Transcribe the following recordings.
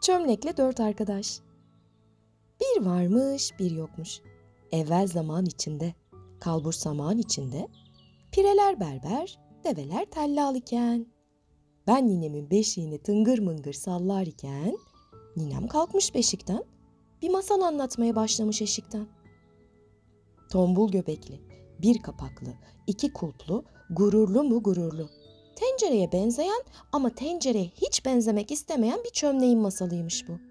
Çömlekle 4 arkadaş. Bir varmış, bir yokmuş. Evvel zaman içinde, kalbur saman içinde, pireler berber, develer tellal iken. Ben ninemin beşiğini tıngır mıngır sallar iken, ninem kalkmış beşikten, bir masal anlatmaya başlamış eşikten. Tombul göbekli, bir kapaklı, iki kulplu, gururlu mu gururlu. Tencereye benzeyen ama tencereye hiç benzemek istemeyen bir çömleğin masalıymış bu.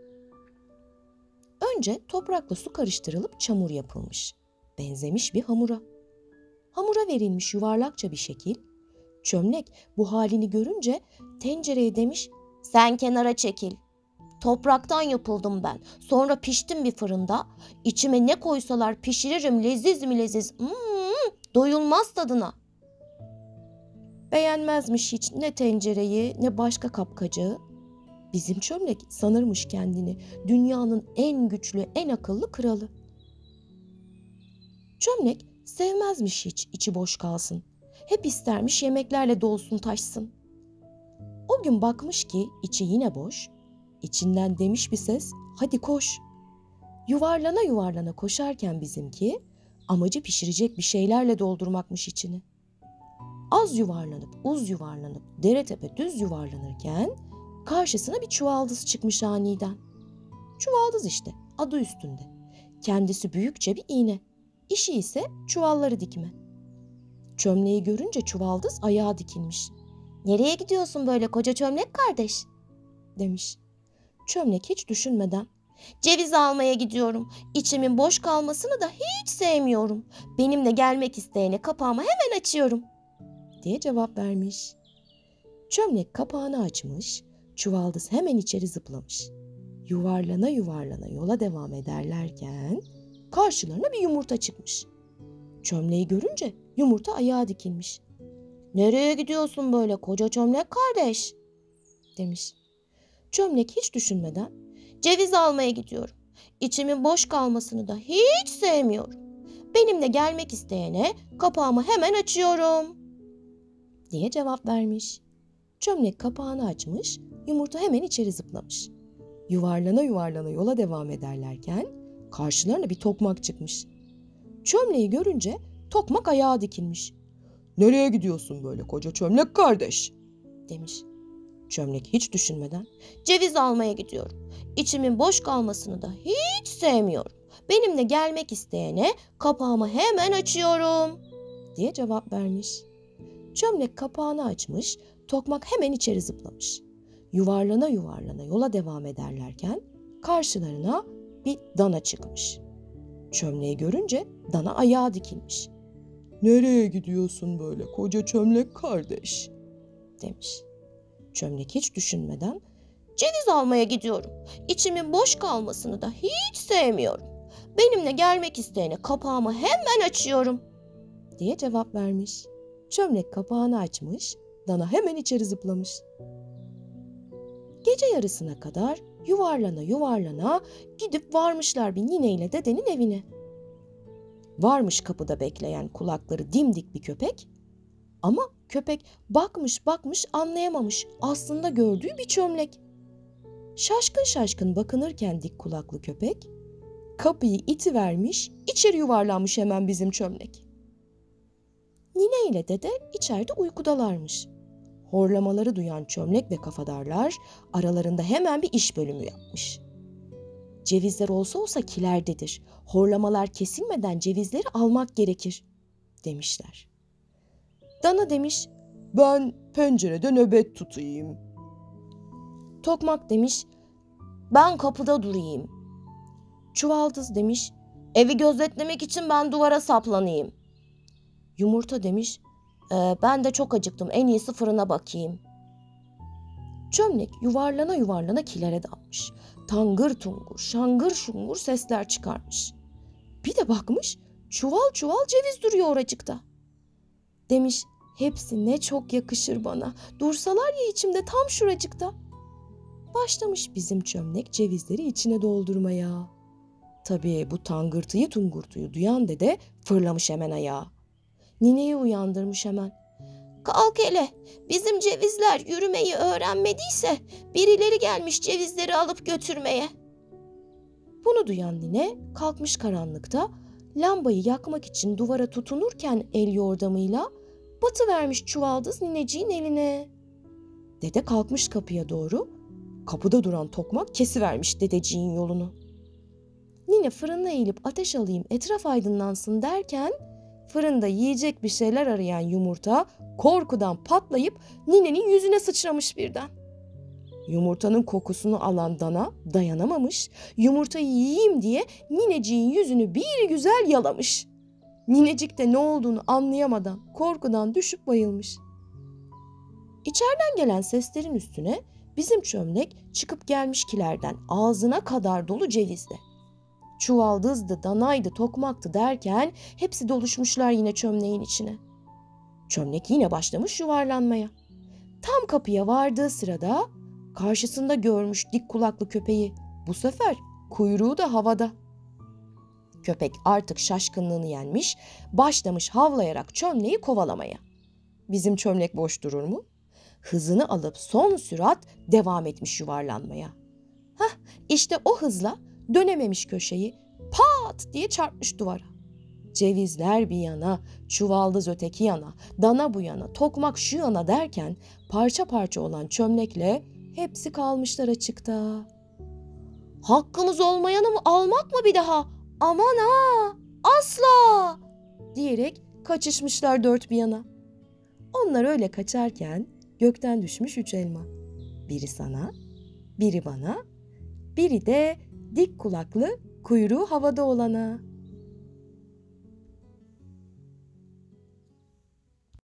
Önce toprakla su karıştırılıp çamur yapılmış. Benzemiş bir hamura. Hamura verilmiş yuvarlakça bir şekil. Çömlek bu halini görünce tencereye demiş, "Sen kenara çekil. Topraktan yapıldım ben. Sonra piştim bir fırında. İçime ne koysalar pişiririm leziz mi leziz. Doyulmaz tadına." Beğenmezmiş hiç ne tencereyi ne başka kapkacağı. Bizim çömlek sanırmış kendini dünyanın en güçlü, en akıllı kralı. Çömlek sevmezmiş hiç içi boş kalsın. Hep istermiş yemeklerle dolsun taşsın. O gün bakmış ki içi yine boş. İçinden demiş bir ses, "Hadi koş." Yuvarlana yuvarlana koşarken bizimki amacı pişirecek bir şeylerle doldurmakmış içini. Az yuvarlanıp uz yuvarlanıp dere tepe düz yuvarlanırken karşısına bir çuvaldız çıkmış aniden. Çuvaldız işte, adı üstünde. Kendisi büyükçe bir iğne. İşi ise çuvalları dikme. Çömleği görünce çuvaldız ayağa dikilmiş. "Nereye gidiyorsun böyle koca çömlek kardeş?" demiş. Çömlek hiç düşünmeden, "Ceviz almaya gidiyorum. İçimin boş kalmasını da hiç sevmiyorum. Benimle gelmek isteyene kapağımı hemen açıyorum," diye cevap vermiş. Çömlek kapağını açmış, çuvaldız hemen içeri zıplamış. Yuvarlana yuvarlana yola devam ederlerken karşılarına bir yumurta çıkmış. Çömleği görünce yumurta ayağa dikilmiş. "Nereye gidiyorsun böyle koca çömlek kardeş?" demiş. Çömlek hiç düşünmeden, "Ceviz almaya gidiyorum. İçimin boş kalmasını da hiç sevmiyorum. Benimle gelmek isteyene kapağımı hemen açıyorum," diye cevap vermiş. Çömlek kapağını açmış, yumurta hemen içeri zıplamış. Yuvarlana yuvarlana yola devam ederlerken karşılarına bir tokmak çıkmış. Çömleği görünce tokmak ayağa dikilmiş. "Nereye gidiyorsun böyle koca çömlek kardeş?" demiş. Çömlek hiç düşünmeden, "Ceviz almaya gidiyorum. İçimin boş kalmasını da hiç sevmiyorum. Benimle gelmek isteyene kapağımı hemen açıyorum," diye cevap vermiş. Çömlek kapağını açmış, tokmak hemen içeri zıplamış. Yuvarlana yuvarlana yola devam ederlerken karşılarına bir dana çıkmış. Çömleği görünce dana ayağa dikilmiş. "Nereye gidiyorsun böyle koca çömlek kardeş?" demiş. Çömlek hiç düşünmeden, "Ceviz almaya gidiyorum. İçimin boş kalmasını da hiç sevmiyorum. Benimle gelmek isteyene kapağımı hemen açıyorum," diye cevap vermiş. Çömlek kapağını açmış, dana hemen içeri zıplamış. Gece yarısına kadar yuvarlana yuvarlana gidip varmışlar bir nineyle dedenin evine. Varmış kapıda bekleyen kulakları dimdik bir köpek. Ama köpek bakmış bakmış anlayamamış aslında gördüğü bir çömlek. Şaşkın şaşkın bakınırken dik kulaklı köpek kapıyı itivermiş, içeri yuvarlanmış hemen bizim çömlek. Nine ile dede içeride uykudalarmış. Horlamaları duyan çömlek ve kafadarlar aralarında hemen bir iş bölümü yapmış. "Cevizler olsa olsa kilerdedir. Horlamalar kesilmeden cevizleri almak gerekir," demişler. Dana demiş, "Ben pencerede nöbet tutayım." Tokmak demiş, "Ben kapıda durayım." Çuvaldız demiş, "Evi gözetlemek için ben duvara saplanayım." Yumurta demiş, "Ben de çok acıktım, en iyisi fırına bakayım." Çömlek yuvarlana yuvarlana kilere dalmış. Tangır tungur, şangır şungur sesler çıkarmış. Bir de bakmış, çuval çuval ceviz duruyor oracıkta. Demiş, "Hepsi ne çok yakışır bana. Dursalar ya içimde tam şuracıkta." Başlamış bizim çömlek cevizleri içine doldurmaya. Tabii bu tangırtıyı tungurtuyu duyan dede fırlamış hemen ayağa. Nineyi uyandırmış hemen. Kalk hele, bizim cevizler yürümeyi öğrenmediyse birileri gelmiş cevizleri alıp götürmeye. Bunu duyan nine kalkmış karanlıkta, lambayı yakmak için duvara tutunurken el yordamıyla batıvermiş çuvaldız nineciğin eline. Dede kalkmış kapıya doğru, kapıda duran tokmak kesivermiş dedeciğin yolunu. Nine fırına eğilip ateş alayım etraf aydınlansın derken fırında yiyecek bir şeyler arayan yumurta korkudan patlayıp ninenin yüzüne sıçramış birden. Yumurtanın kokusunu alan dana dayanamamış, yumurtayı yiyeyim diye nineciğin yüzünü bir güzel yalamış. Ninecik de ne olduğunu anlayamadan korkudan düşüp bayılmış. İçeriden gelen seslerin üstüne bizim çömlek çıkıp gelmiş kilerden ağzına kadar dolu cevizle. Çuvaldızdı, danaydı, tokmaktı derken hepsi doluşmuşlar yine çömleğin içine. Çömlek yine başlamış yuvarlanmaya. Tam kapıya vardığı sırada karşısında görmüş dik kulaklı köpeği, bu sefer kuyruğu da havada. Köpek artık şaşkınlığını yenmiş, başlamış havlayarak çömleği kovalamaya. Bizim çömlek boş durur mu? Hızını alıp son sürat devam etmiş yuvarlanmaya. İşte o hızla dönememiş köşeyi, pat diye çarpmış duvara. Cevizler bir yana, çuvaldız öteki yana, dana bu yana, tokmak şu yana derken parça parça olan çömlekle hepsi kalmışlar açıkta. Hakkımız olmayanı mı almak mı bir daha? Aman ha! Asla! Diyerek kaçışmışlar dört bir yana. Onlar öyle kaçarken gökten düşmüş 3 elma. Biri sana, biri bana, biri de dik kulaklı kuyruğu havada olana.